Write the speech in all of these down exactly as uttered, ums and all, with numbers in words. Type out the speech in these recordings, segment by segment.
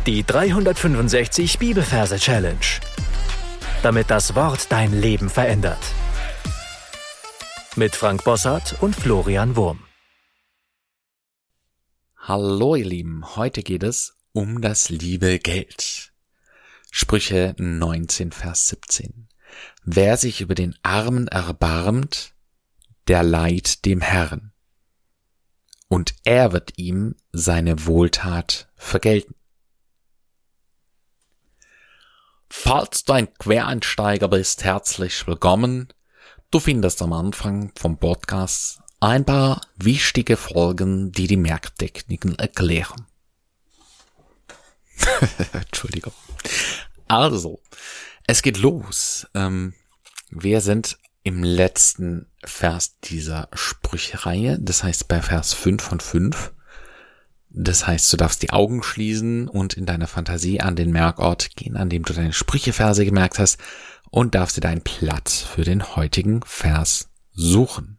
Die dreihundertfünfundsechzig Bibelverse Challenge. Damit das Wort dein Leben verändert. Mit Frank Bossart und Florian Wurm. Hallo ihr Lieben, heute geht es um das liebe Geld. Sprüche neunzehn, Vers siebzehn. Wer sich über den Armen erbarmt, der leiht dem Herrn, und er wird ihm seine Wohltat vergelten. Falls du ein Quereinsteiger bist, herzlich willkommen. Du findest am Anfang vom Podcast ein paar wichtige Folgen, die die Merktechniken erklären. Entschuldigung. Also, es geht los. Ähm, wir sind im letzten Vers dieser Sprüchereihe, das heißt bei Vers fünf von fünf. Das heißt, du darfst die Augen schließen und in deiner Fantasie an den Merkort gehen, an dem du deine Sprücheverse gemerkt hast, und darfst dir deinen Platz für den heutigen Vers suchen.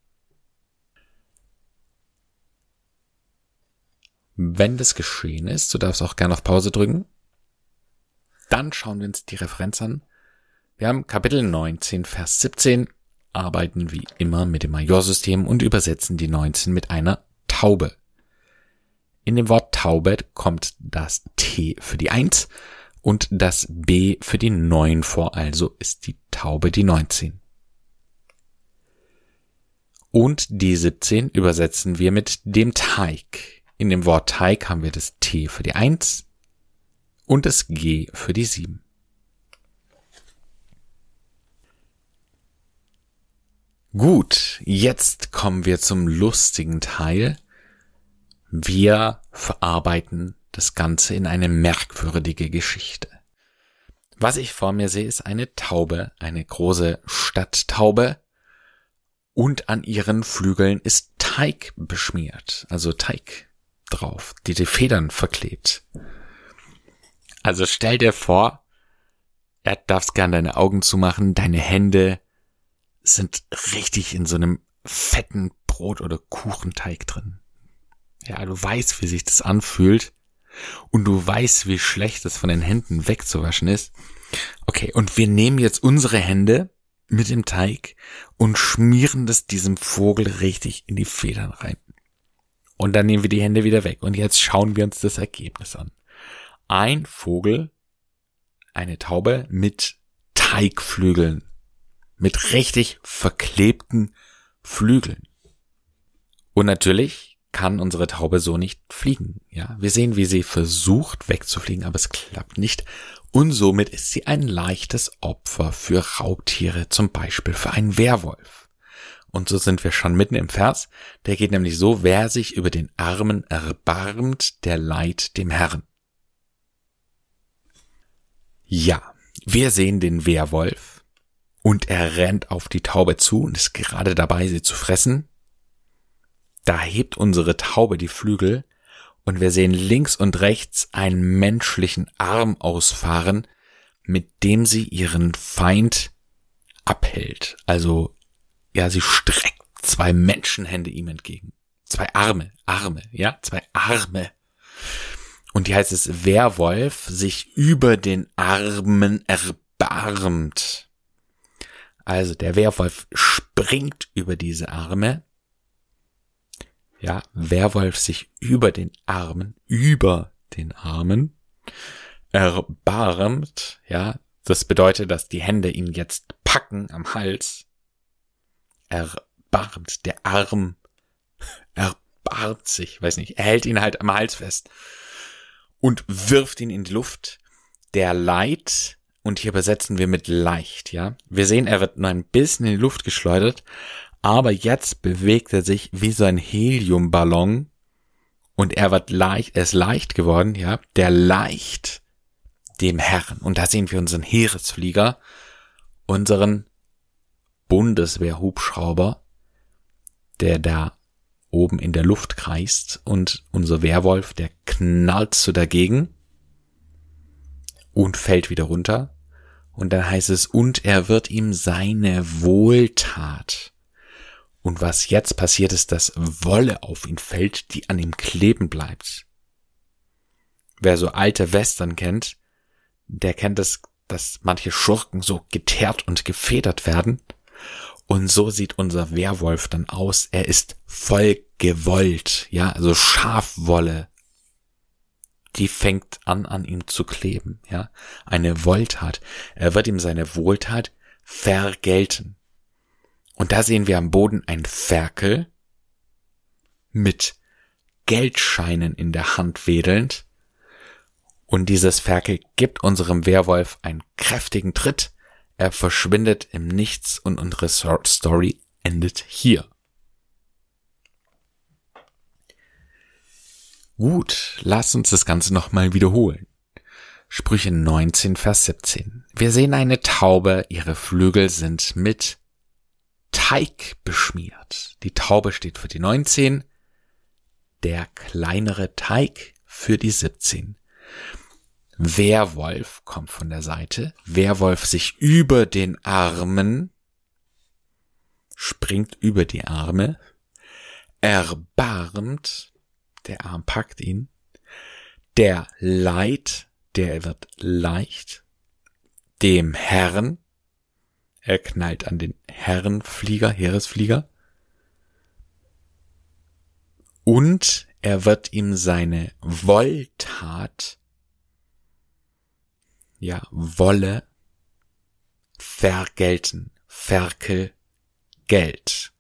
Wenn das geschehen ist, du darfst auch gerne auf Pause drücken, dann schauen wir uns die Referenz an. Wir haben Kapitel neunzehn, Vers siebzehn, arbeiten wie immer mit dem Majorsystem und übersetzen die neunzehn mit einer Taube. In dem Wort Taube kommt das T für die eins und das B für die neun vor, also ist die Taube die neunzehn. Und die siebzehn übersetzen wir mit dem Teig. In dem Wort Teig haben wir das T für die eins und das G für die sieben. Gut, jetzt kommen wir zum lustigen Teil. Wir verarbeiten das Ganze in eine merkwürdige Geschichte. Was ich vor mir sehe, ist eine Taube, eine große Stadttaube, und an ihren Flügeln ist Teig beschmiert, also Teig drauf, die die Federn verklebt. Also stell dir vor, er darfst gern deine Augen zumachen, deine Hände sind richtig in so einem fetten Brot- oder Kuchenteig drin. Ja, du weißt, wie sich das anfühlt und du weißt, wie schlecht es von den Händen wegzuwaschen ist. Okay, und wir nehmen jetzt unsere Hände mit dem Teig und schmieren das diesem Vogel richtig in die Federn rein. Und dann nehmen wir die Hände wieder weg und jetzt schauen wir uns das Ergebnis an. Ein Vogel, eine Taube mit Teigflügeln, mit richtig verklebten Flügeln. Und natürlich kann unsere Taube so nicht fliegen. Ja, wir sehen, wie sie versucht wegzufliegen, aber es klappt nicht. Und somit ist sie ein leichtes Opfer für Raubtiere, zum Beispiel für einen Werwolf. Und so sind wir schon mitten im Vers. Der geht nämlich so: Wer sich über den Armen erbarmt, der leiht dem Herrn. Ja, wir sehen den Werwolf und er rennt auf die Taube zu und ist gerade dabei, sie zu fressen. Da hebt unsere Taube die Flügel und wir sehen links und rechts einen menschlichen Arm ausfahren, mit dem sie ihren Feind abhält. Also, ja, sie streckt zwei Menschenhände ihm entgegen. Zwei Arme, Arme, ja, zwei Arme. Und hier heißt es, Werwolf sich über den Armen erbarmt. Also der Werwolf springt über diese Arme. Ja, Werwolf sich über den Armen, über den Armen erbarmt, ja, das bedeutet, dass die Hände ihn jetzt packen am Hals. Erbarmt, der Arm erbarmt sich, weiß nicht, er hält ihn halt am Hals fest und wirft ihn in die Luft. Der leiht, und hier übersetzen wir mit leicht, ja. Wir sehen, er wird nur ein bisschen in die Luft geschleudert, aber jetzt bewegt er sich wie so ein Heliumballon und er wird leicht, er ist leicht geworden, ja, der leicht dem Herrn. Und da sehen wir unseren Heeresflieger, unseren Bundeswehrhubschrauber, der da oben in der Luft kreist, und unser Werwolf, der knallt so dagegen und fällt wieder runter. Und dann heißt es, und er wird ihm seine Wohltat. Und was jetzt passiert ist, dass Wolle auf ihn fällt, die an ihm kleben bleibt. wer so alte Western kennt, der kennt es, dass manche Schurken so geteert und gefedert werden. Und so sieht unser Werwolf dann aus. Er ist voll gewollt, ja, also Schafwolle. Die fängt an, an ihm zu kleben, ja. Eine Wohltat. Er wird ihm seine Wohltat vergelten. Und da sehen wir am Boden ein Ferkel mit Geldscheinen in der Hand wedelnd. Und dieses Ferkel gibt unserem Werwolf einen kräftigen Tritt. Er verschwindet im Nichts und unsere Story endet hier. Gut, lass uns das Ganze nochmal wiederholen. Sprüche neunzehn, Vers siebzehn. Wir sehen eine Taube, ihre Flügel sind mit Teig beschmiert. Die Taube steht für die neunzehn, der kleinere Teig für die siebzehn. Werwolf kommt von der Seite. Werwolf sich über den Armen, springt über die Arme, erbarmt, der Arm packt ihn, der Leid, der wird leicht, dem Herrn, er knallt an den Herrenflieger, Heeresflieger, und er wird ihm seine Wohltat, ja, Wolle, vergelten, Ferkel, Geld.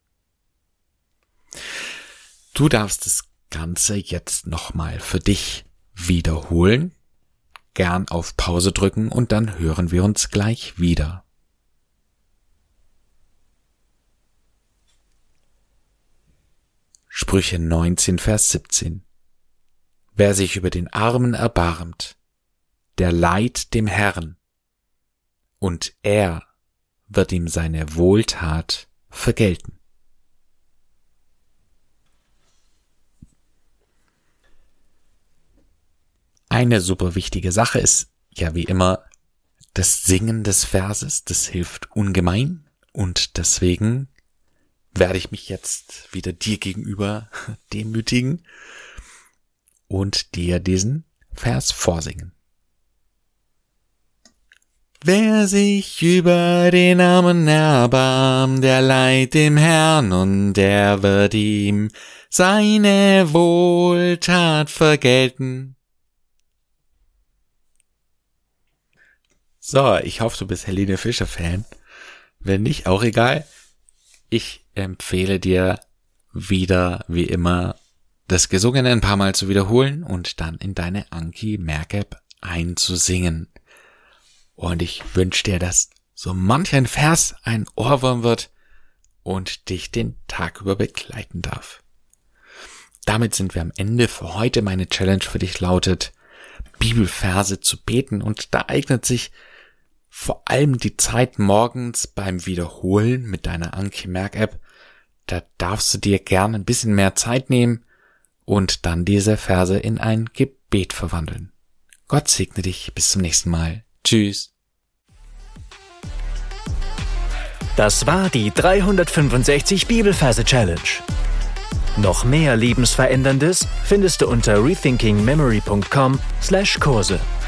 Du darfst das Ganze jetzt nochmal für dich wiederholen, gern auf Pause drücken und dann hören wir uns gleich wieder. Sprüche neunzehn, Vers siebzehn. Wer sich über den Armen erbarmt, der leiht dem Herrn, und er wird ihm seine Wohltat vergelten. Eine super wichtige Sache ist ja wie immer das Singen des Verses, das hilft ungemein und deswegen werde ich mich jetzt wieder dir gegenüber demütigen und dir diesen Vers vorsingen. Wer sich über den Armen erbarmt, der leiht dem Herrn, und er wird ihm seine Wohltat vergelten. So, ich hoffe, du bist Helene Fischer-Fan. Wenn nicht, auch egal. Ich empfehle dir wieder, wie immer, das Gesungene ein paar Mal zu wiederholen und dann in deine Anki-Merk-App einzusingen. Und ich wünsche dir, dass so manch ein Vers ein Ohrwurm wird und dich den Tag über begleiten darf. Damit sind wir am Ende für heute. Meine Challenge für dich lautet, Bibelverse zu beten, und da eignet sich vor allem die Zeit morgens beim Wiederholen mit deiner Anki-Merk-App. Da darfst du dir gerne ein bisschen mehr Zeit nehmen und dann diese Verse in ein Gebet verwandeln. Gott segne dich. Bis zum nächsten Mal. Tschüss. Das war die dreihundertfünfundsechzig Bibelverse Challenge. Noch mehr Lebensveränderndes findest du unter rethinking memory punkt com slash Kurse.